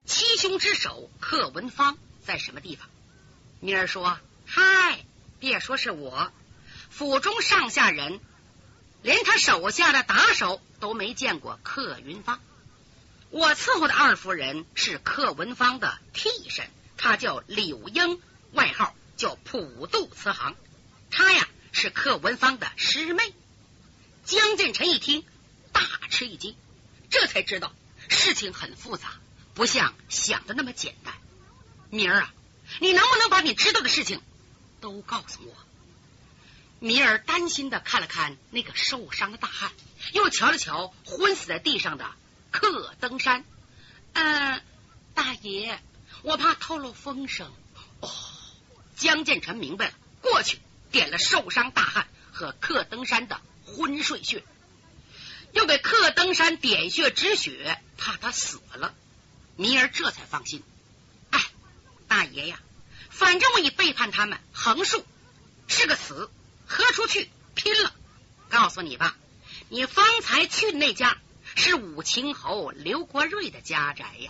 七兄之首克文芳在什么地方？明儿说：嗨，别说是我，府中上下人连他手下的打手都没见过克云芳。我伺候的二夫人是克文芳的替身，她叫柳英，外号叫普渡慈航，她呀是克文芳的师妹。江建成一听大吃一惊，这才知道事情很复杂，不像想的那么简单。明儿啊，你能不能把你知道的事情都告诉我？米尔担心的看了看那个受伤的大汉，又瞧了瞧昏死在地上的克登山。大爷，我怕透露风声。哦，江建成明白了，过去点了受伤大汉和克登山的昏睡穴，又给克登山点穴止血，怕他死了。米尔这才放心。哎，大爷呀，反正我已背叛他们，横竖是个死，何出去拼了？告诉你吧，你方才去的那家是武清侯刘国瑞的家宅呀。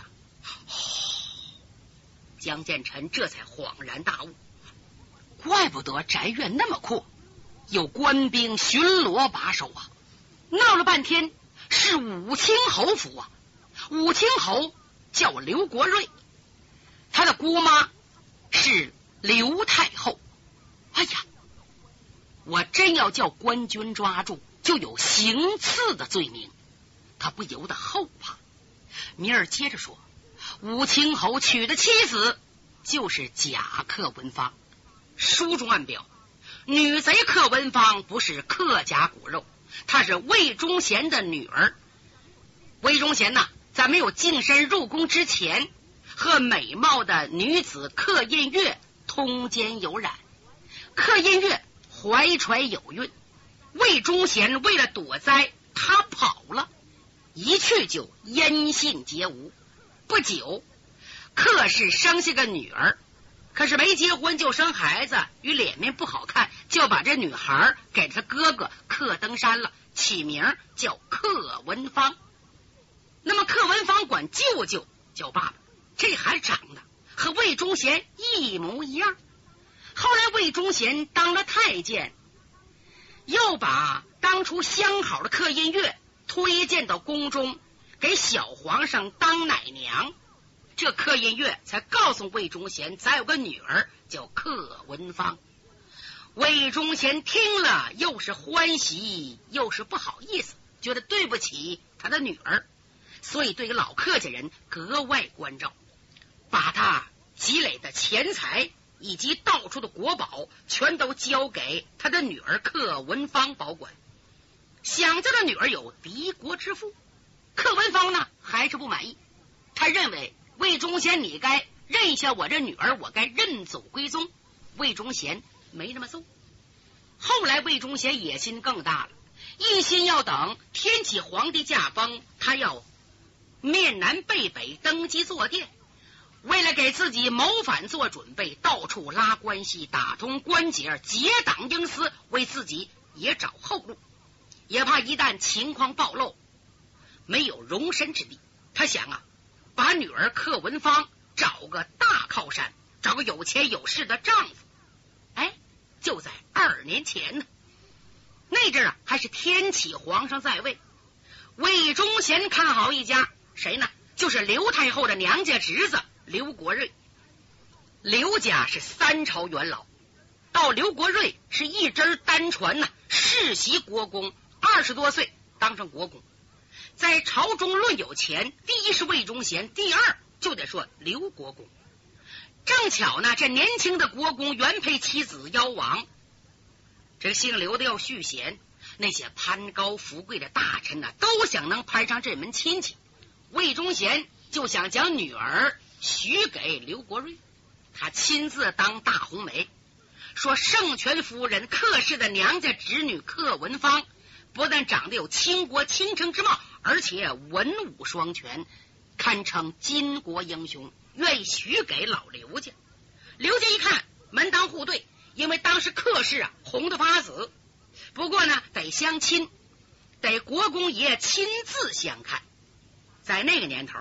江建成这才恍然大悟，怪不得宅院那么阔，有官兵巡逻把守啊。闹了半天是武清侯府啊。武清侯叫刘国瑞，他的姑妈是刘太后。哎呀，我真要叫官军抓住，就有行刺的罪名，他不由得后怕。米尔接着说，武清侯娶的妻子就是假克文芳，书中暗表，女贼克文芳不是克家骨肉，她是魏忠贤的女儿。魏忠贤呐，在没有净身入宫之前，和美貌的女子克印月通奸有染，克印月怀揣有孕，魏忠贤为了躲灾，他跑了，一去就音信皆无。不久，克氏生下个女儿，可是没结婚就生孩子，与脸面不好看，就把这女孩给他哥哥克登山了，起名叫克文芳。那么克文芳管舅舅叫爸爸，这孩子长得和魏忠贤一模一样。后来魏忠贤当了太监，又把当初相好的克印月推荐到宫中，给小皇上当奶娘。这克印月才告诉魏忠贤，咱有个女儿叫克文芳。魏忠贤听了，又是欢喜又是不好意思，觉得对不起他的女儿，所以对老克家人格外关照，把他积累的钱财以及到处的国宝全都交给他的女儿克文芳保管。想这个女儿有敌国之父，克文芳呢还是不满意，他认为魏忠贤你该认下我这女儿，我该认祖归宗。魏忠贤没那么做。后来魏忠贤野心更大了，一心要等天启皇帝驾崩，他要面南背北登基坐殿。为了给自己谋反做准备，到处拉关系，打通关节，结党营私，为自己也找后路，也怕一旦情况暴露，没有容身之地。他想啊，把女儿克文芳找个大靠山，找个有钱有势的丈夫。哎，就在2年前呢，那阵啊还是天启皇上在位，魏忠贤看好一家，谁呢？就是刘太后的娘家侄子刘国瑞。刘家是3朝元老，到刘国瑞是一支单传呢，世袭国公，20多岁当上国公。在朝中论有钱，第一是魏忠贤，第二就得说刘国公。正巧呢，这年轻的国公原配妻子夭亡，这个姓刘的要续弦，那些攀高富贵的大臣呢，都想能攀上这门亲戚。魏忠贤就想将女儿许给刘国瑞，他亲自当大红媒，说圣权夫人克氏的娘家侄女克文芳不但长得有倾国倾城之貌，而且文武双全，堪称巾帼英雄，愿意许给老刘家。刘家一看门当户对，因为当时克氏啊红得发紫，不过呢得相亲，得国公爷亲自相看。在那个年头啊，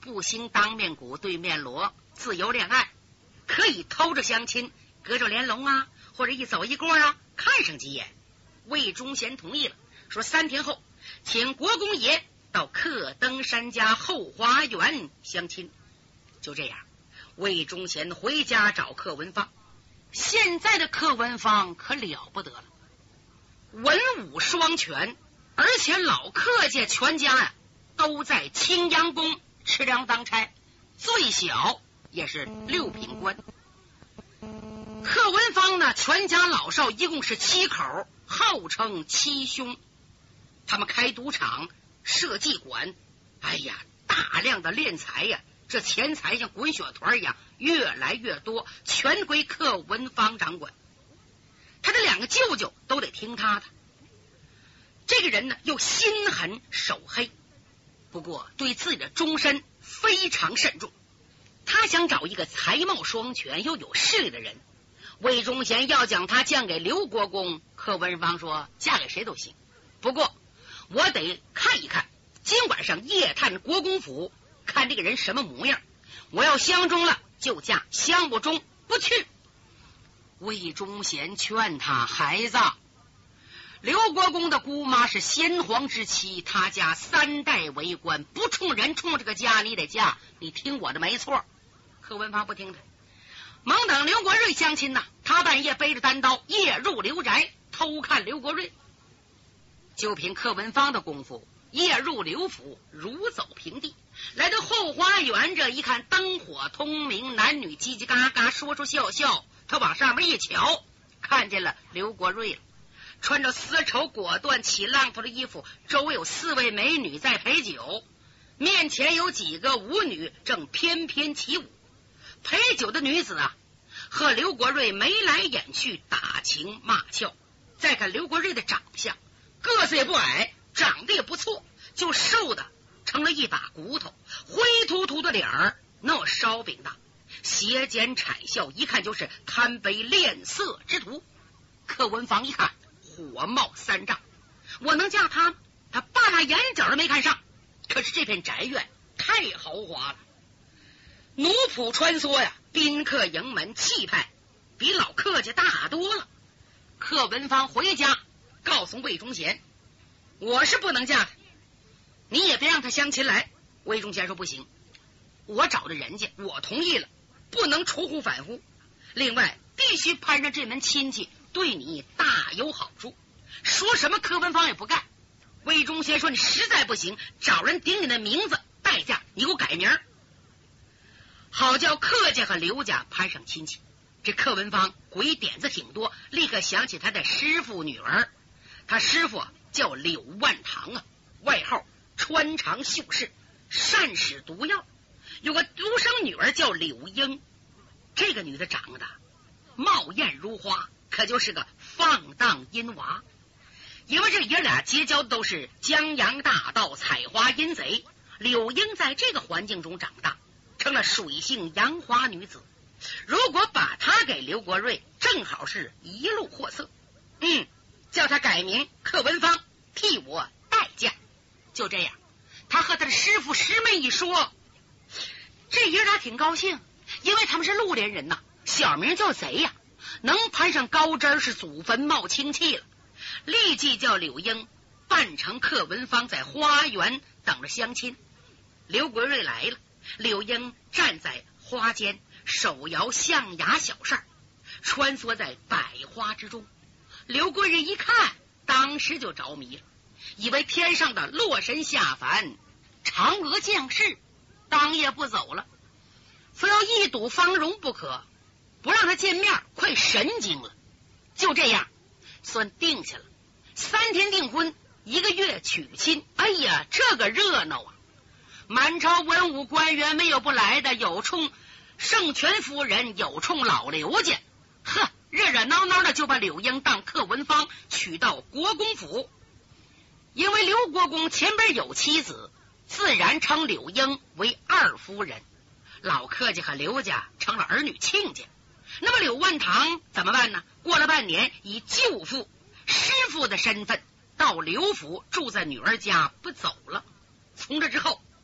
不兴当面鼓对面锣，自由恋爱，可以偷着相亲，隔着帘笼啊，或者一走一过啊，看上几眼。魏忠贤同意了，说3天后请国公爷到克登山家后花园相亲。就这样，魏忠贤回家找克文芳。现在的克文芳可了不得了，文武双全，而且老克家全家呀都在青阳宫吃粮当差，最小也是6品官。克文芳呢，全家老少一共是7口，号称7兄。他们开赌场、设妓馆，哎呀，大量的敛财呀，这钱财像滚雪团一样越来越多，全归克文芳掌管。他的2个舅舅都得听他的。这个人呢，又心狠手黑，不过对自己的终身非常慎重。他想找一个才貌双全又有势力的人。魏忠贤要将他降给刘国公，克文芳说嫁给谁都行，不过我得看一看，今晚上夜探国公府，看这个人什么模样，我要相中了就嫁，相不中不去。魏忠贤劝他，孩子，刘国公的姑妈是先皇之妻，他家3代为官，不冲人冲这个家，你得嫁，你听我的没错。克文芳不听他，猛等刘国瑞相亲呐，他半夜背着单刀夜入刘宅偷看刘国瑞。就凭克文芳的功夫，夜入刘府如走平地，来到后花园，这一看灯火通明，男女叽叽嘎嘎说说笑笑，他往上面一瞧，看见了刘国瑞了，穿着丝绸裹缎起浪头的衣服，周围有4位美女在陪酒，面前有几个舞女正翩翩起舞。陪酒的女子啊，和刘国瑞眉来眼去，打情骂俏。再看刘国瑞的长相，个子也不矮，长得也不错，就瘦的成了一把骨头，灰秃秃的脸儿，那烧饼大，斜肩谄笑，一看就是贪杯恋色之徒。克文芳一看火冒3丈，我能嫁他吗？他半拉眼角都没看上。可是这片宅院太豪华了，奴仆穿梭呀，宾客迎门，气派比老克家大多了。克文芳回家告诉魏忠贤，我是不能嫁的，你也别让他相亲来。魏忠贤说不行，我找的人家，我同意了，不能出乎反乎，另外必须攀上这门亲戚，对你大有好处。说什么克文芳也不干。魏忠贤说你实在不行，找人顶你的名字，代价你给我改名，好叫克家和刘家攀上亲戚。这克文芳鬼点子挺多，立刻想起他的师傅女儿，他师傅叫柳万堂啊，外号穿肠秀士，善使毒药，有个独生女儿叫柳英。这个女的长得貌艳如花，可就是个放荡阴娃。因为这爷俩结交的都是江洋大盗、采花阴贼，柳英在这个环境中长大，成了水性杨花女子。如果把她给刘国瑞，正好是一路货色。叫他改名克文芳，替我代嫁。就这样，他和他的师傅师妹一说，这爷俩挺高兴，因为他们是绿林人呐，小名叫贼呀，能攀上高枝是祖坟冒清气了。立即叫柳英扮成克文芳，在花园等着相亲。刘国瑞来了，柳英站在花间，手摇象牙小扇，穿梭在百花之中。刘国瑞一看，当时就着迷了，以为天上的洛神下凡，嫦娥降世，当夜不走了，非要一睹芳容不可，不让他见面，快神经了。就这样算定下了，3天订婚，1个月娶亲。哎呀，这个热闹啊！满朝文武官员没有不来的，有冲圣权夫人，有冲老刘家，热热闹闹的就把柳英当克文芳娶到国公府。因为刘国公前边有妻子，自然称柳英为2夫人，老克家和刘家成了儿女亲家。那么柳万堂怎么办呢？过了半年，以舅父师傅的身份到刘府住在女儿家不走了。从这之后，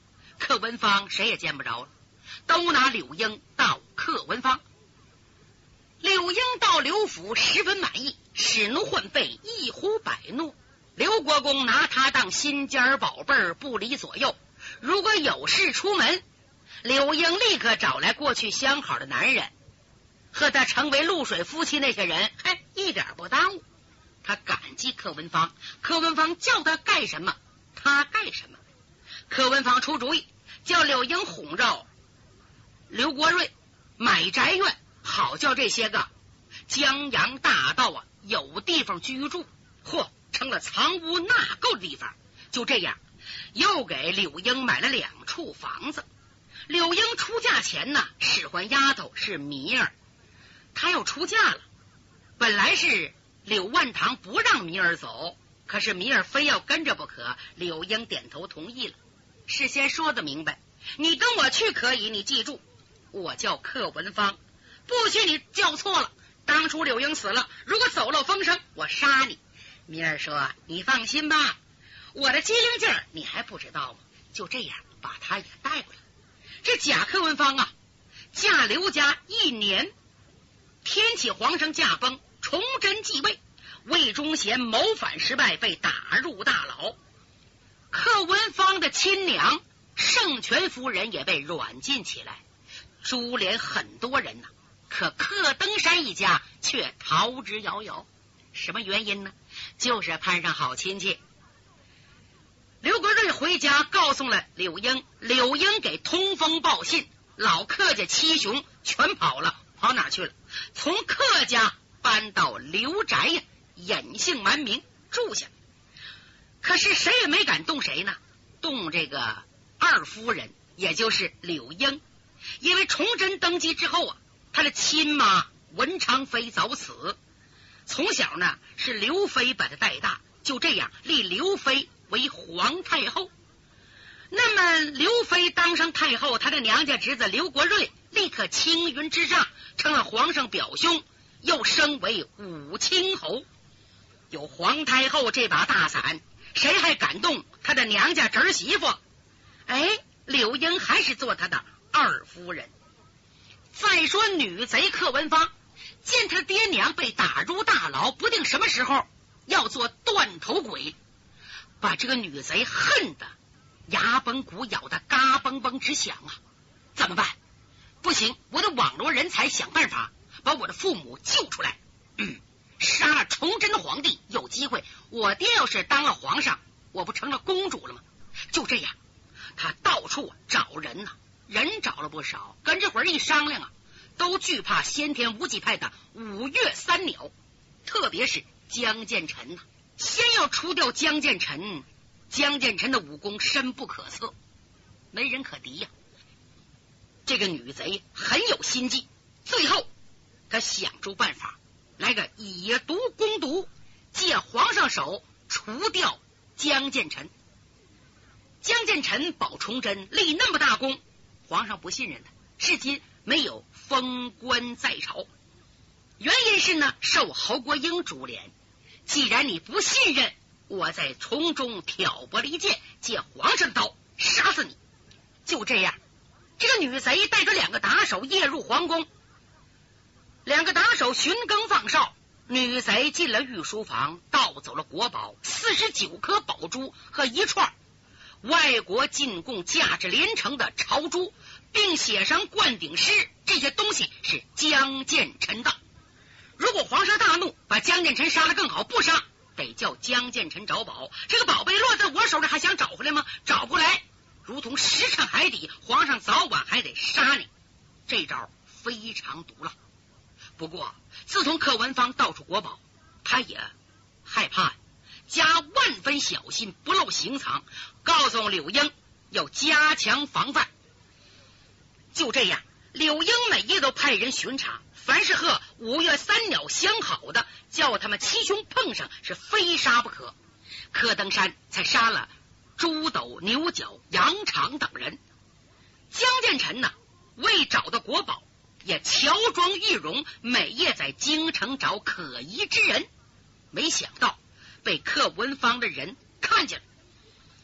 柯文芳谁也见不着了，都拿柳英到柯文芳。柳英到刘府十分满意，使奴换备，一呼百诺。刘国公拿他当心尖宝贝，不离左右。如果有事出门，柳英立刻找来过去相好的男人，和他成为露水夫妻那些人，一点不耽误。他感激柯文芳，柯文芳叫他干什么他干什么。柯文芳出主意，叫柳英哄着刘国瑞买宅院，好叫这些个江洋大盗有地方居住，成了藏污纳垢的地方。就这样，又给柳英买了2处房子。柳英出嫁前呢，使唤丫头是米儿，她要出嫁了。本来是柳万堂不让米儿走，可是米儿非要跟着不可，柳英点头同意了。事先说得明白，你跟我去可以，你记住，我叫柯文芳，不许你叫错了。当初柳英死了，如果走漏风声，我杀你。米儿说，你放心吧，我的机灵劲儿你还不知道吗？就这样把他也带回来。这假柯文芳嫁刘家1年，天启皇上驾崩，崇祯继位，魏忠贤谋反失败，被打入大牢。柯文芳的亲娘圣全夫人也被软禁起来，株连很多人呐。可柯登山一家却逃之夭夭。什么原因呢？就是攀上好亲戚。刘国瑞回家告诉了柳英，柳英给通风报信，老柯家7雄全跑了，跑哪去了？从柯家搬到刘宅呀，隐姓埋名住下。可是谁也没敢动谁呢？动这个2夫人，也就是柳英。因为崇祯登基之后他的亲妈文昌妃早死，从小呢是刘妃把他带大，就这样立刘妃为皇太后。那么刘妃当上太后，他的娘家侄子刘国瑞立刻青云之上，成了皇上表兄，又升为武清侯。有皇太后这把大伞，谁还敢动他的娘家侄媳妇？柳英还是做他的2夫人。再说女贼柯文芳，见他爹娘被打入大牢，不定什么时候要做断头鬼，把这个女贼恨得牙崩骨咬的嘎嘣嘣直响怎么办？不行，我得网罗人才，想办法把我的父母救出来。杀了崇祯皇帝有机会，我爹要是当了皇上，我不成了公主了吗？就这样，他到处找人人找了不少，跟这会儿一商量都惧怕先天无忌派的5岳3鸟，特别是江建成先要除掉江建成。江建成的武功深不可测，没人可敌这个女贼很有心计，最后他想出办法，来个以毒攻毒，借皇上手除掉江建成。江建成保崇祯立那么大功，皇上不信任他，至今没有封官在朝。原因是呢，受侯国英株连。既然你不信任，我在从中挑拨离间，借皇上的刀杀死你。就这样，这个女贼带着2个打手夜入皇宫。2个打手巡更放哨，女贼进了御书房，盗走了国宝49颗宝珠和1串外国进贡价值连城的朝珠，并写上灌顶诗，这些东西是江建成的。如果皇上大怒，把江建成杀了更好，不杀得叫江建成找宝。这个宝贝落在我手上，还想找回来吗？找过来如同石沉海底，皇上早晚还得杀你。这招非常毒辣。不过自从柯文芳盗出国宝，他也害怕，加万分小心，不露行藏，告诉柳英要加强防范。就这样，柳英每夜都派人巡查，凡是和5岳3鸟相好的，叫他们7雄碰上，是非杀不可。柯登山才杀了朱斗、牛角、杨长等人。江建成为找到国宝，也乔装玉容，每夜在京城找可疑之人。没想到被柯文芳的人看见了。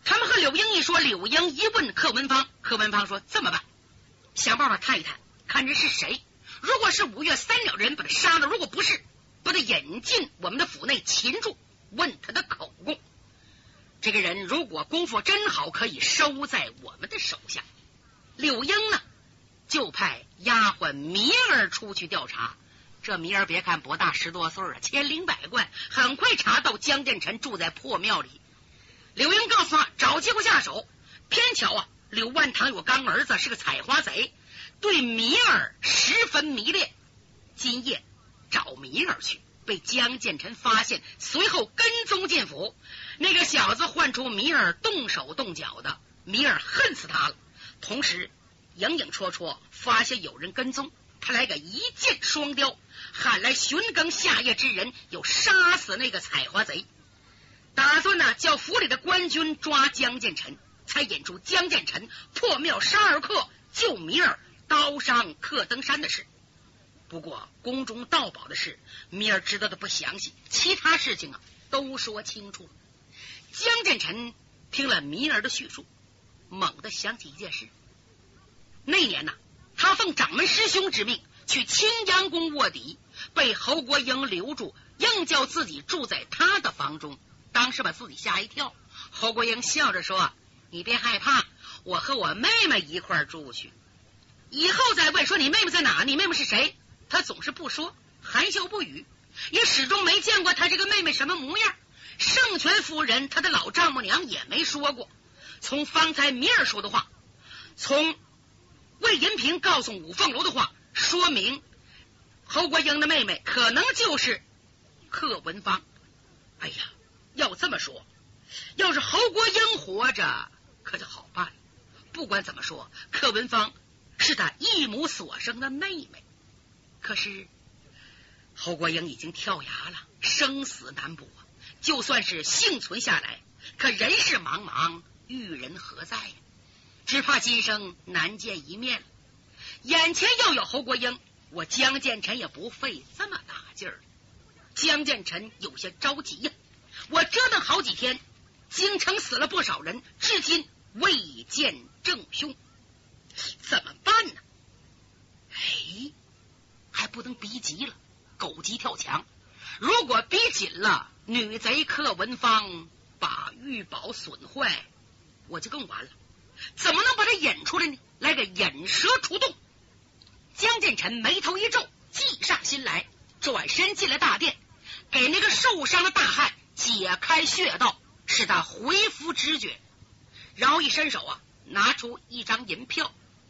他们和柳英一说，柳英一问柯文芳，柯文芳说这么办，想办法探一探，看人是谁。如果是5月3日的人，把他杀了；如果不是，把他引进我们的府内擒住，问他的口供。这个人如果功夫真好，可以收在我们的手下。柳英呢，就派丫鬟米儿出去调查。这米儿别看不大，10多岁千灵百贯，很快查到江建成住在破庙里。柳英告诉他找机会下手，偏巧啊，柳万堂有干儿子是个采花贼，对米儿十分迷恋。今夜找米儿去，被江建成发现，随后跟踪进府。那个小子唤出米儿动手动脚的，米儿恨死他了。同时影影绰绰发现有人跟踪，他来个一箭双雕，喊来巡更下夜之人，又杀死那个采花贼。打算呢叫府里的官军抓江建成，才引出江建成破庙杀儿客，救米儿刀伤柯登山的事。不过宫中盗宝的事，米儿知道的不详细，其他事情啊都说清楚了。江建成听了米儿的叙述，猛地想起一件事。那年呢，他奉掌门师兄之命去青阳宫卧底，被侯国英留住，硬叫自己住在他的房中，当时把自己吓一跳。侯国英笑着说，你别害怕，我和我妹妹一块住去。以后再问说你妹妹在哪，你妹妹是谁，他总是不说，含笑不语，也始终没见过他这个妹妹什么模样。圣权夫人他的老丈母娘也没说过。从方才米尔说的话，从魏银平告诉五凤楼的话，说明侯国英的妹妹可能就是柯文芳。哎呀，要这么说，要是侯国英活着可就好办了。不管怎么说，柯文芳是他异母所生的妹妹。可是侯国英已经跳崖了，生死难卜啊！就算是幸存下来，可人世茫茫，遇人何在呀？只怕今生难见一面了。眼前要有侯国英，我江建成也不费这么大劲儿。江建成有些着急呀，我折腾好几天，京城死了不少人，至今未见正凶，怎么办呢？哎，还不能逼急了，狗急跳墙。如果逼紧了，女贼柯文芳把玉宝损坏，我就更完了。怎么能把他引出来呢？来个引蛇出洞。江建成眉头一皱，计上心来，转身进了大殿，给那个受伤的大汉解开穴道，使他恢复知觉。然后一伸手啊，拿出一张银票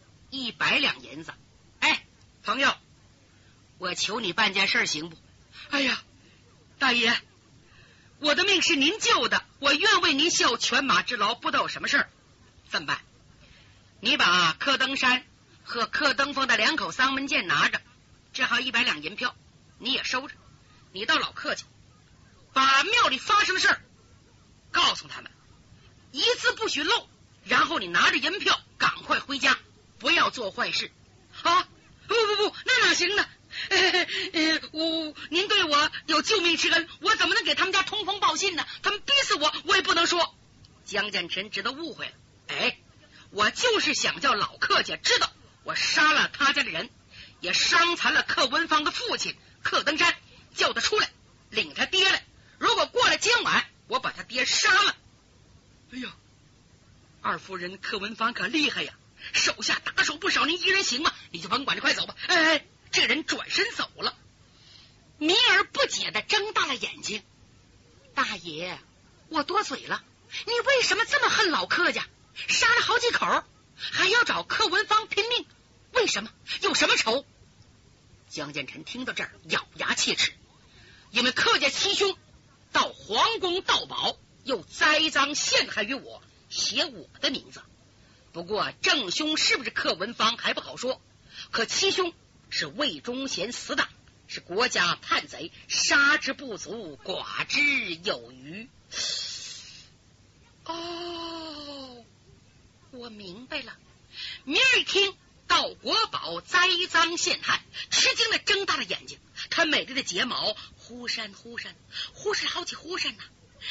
，100两银子。哎，朋友，我求你办件事行不？哎呀，大爷，我的命是您救的，我愿为您效犬马之劳，不知道有什么事儿。这么办，你把柯登山和柯登峰的2口丧门剑拿着，这还有100两银票，你也收着。你到老客去，把庙里发生的事儿告诉他们，一字不许漏。然后你拿着银票赶快回家，不要做坏事啊！不，那哪行呢？您对我有救命之恩，我怎么能给他们家通风报信呢？他们逼死我，我也不能说。江建成知道误会了，哎，我就是想叫老客家知道，我杀了他家的人，也伤残了柯文芳的父亲柯登山，叫他出来领他爹来。如果过了今晚，我把他爹杀了。哎呀，二夫人柯文芳可厉害呀，手下打手不少，您一人行吗？你就甭管，你快走吧。哎，这个人转身走了。米儿不解的睁大了眼睛，大爷，我多嘴了，你为什么这么恨老柯家？杀了好几口，还要找柯文芳拼命，为什么？有什么仇？江建成听到这儿咬牙切齿，因为柯家七兄到皇宫盗宝，又栽赃陷害于我，写我的名字。不过正凶是不是柯文芳还不好说，可七兄是魏忠贤死党，是国家叛贼，杀之不足，剐之有余。哦，我明白了。明儿一听到国宝栽赃陷害，吃惊的睁大了眼睛，他美丽的睫毛忽闪忽闪，忽闪好几忽闪呐。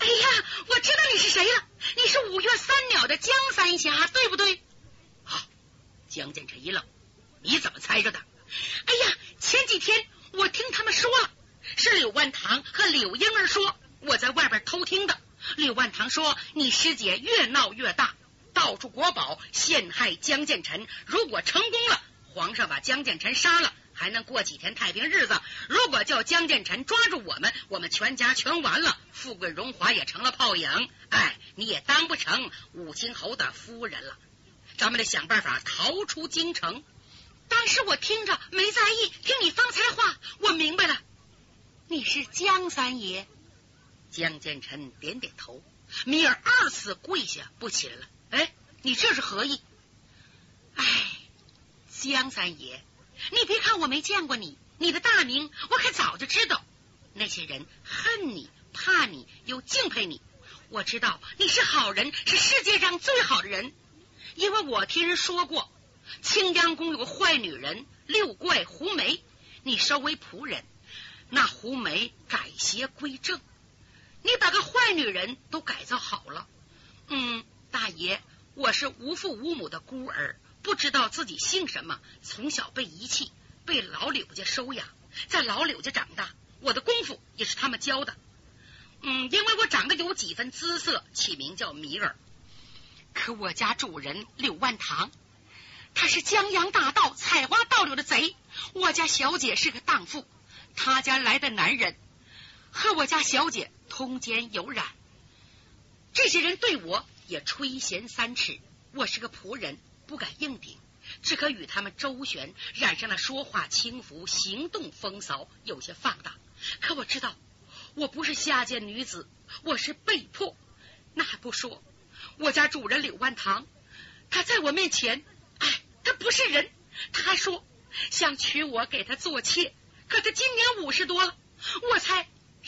哎呀，我知道你是谁了，你是5月3鸟的江三侠，对不对？好，江建成一愣，你怎么猜着的？哎呀，前几天我听他们说了，是柳万堂和柳英儿说，我在外边偷听的。柳万堂说你师姐越闹越大，到处国宝陷害江建成，如果成功了，皇上把江建成杀了，还能过几天太平日子；如果叫江建成抓住我们全家全完了，富贵荣华也成了泡影。哎，你也当不成武清侯的夫人了。咱们得想办法逃出京城。当时我听着没在意，听你方才话，我明白了，你是江三爷。江建成点点头，米尔2次跪下不起来了。哎，你这是何意？哎，江三爷，你别看我没见过你，你的大名我可早就知道。那些人恨你、怕你又敬佩你，我知道你是好人，是世界上最好的人。因为我听人说过，青阳宫有个坏女人六怪胡梅，你收为仆人，那胡梅改邪归正，你把个坏女人都改造好了。大爷，我是无父无母的孤儿，不知道自己姓什么，从小被遗弃，被老柳家收养，在老柳家长大，我的功夫也是他们教的。因为我长得有几分姿色，起名叫米尔。可我家主人柳万堂，他是江洋大盗、采花盗柳的贼。我家小姐是个荡妇，他家来的男人和我家小姐通奸有染，这些人对我也垂涎3尺。我是个仆人，不敢硬顶，只可与他们周旋，染上了说话轻浮、行动风骚，有些放荡。可我知道我不是下贱女子，我是被迫。那还不说，我家主人柳万堂，他在我面前，他不是人。他还说想娶我给他做妾，可他今年50多了，我才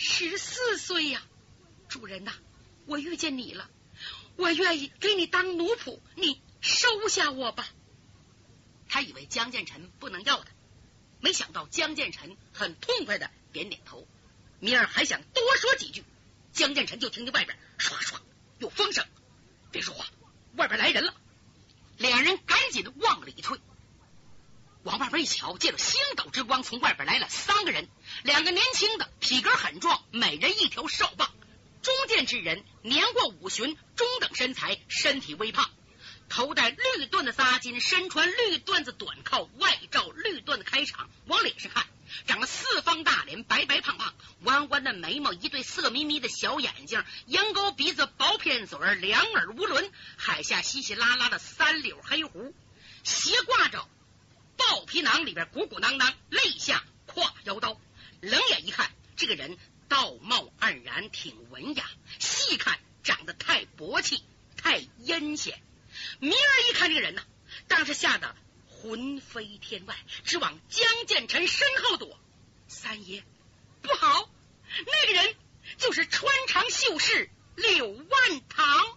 14岁呀。主人呐，我遇见你了，我愿意给你当奴仆，你收下我吧。他以为江建成不能要他，没想到江建成很痛快的点点头。米尔还想多说几句，江建成就听见外边唰唰有风声，别说话，外边来人了。两人赶紧往里退，往外边一瞧，见了星斗之光，从外边来了3个人，2个年轻的，体格很壮，每人一条哨棒；中间之人年过50旬，中等身材，身体微胖，头戴绿缎的扎巾，身穿绿缎子短靠，外罩绿缎的开场。往脸上看，长了4方大脸，白白胖胖，弯弯的眉毛，一对色眯眯的小眼睛，羊羔鼻子，薄片嘴，2耳无轮，海下稀稀拉拉的3绺黑胡，斜挂着豹皮囊，里边鼓鼓囊囊，肋下挎腰刀。冷眼一看，这个人道貌岸然，挺文雅，细看长得太薄气，太阴险。米尔一看这个人呢，当时吓得魂飞天外，只往江建成身后躲。三爷不好，那个人就是穿肠秀士柳万堂。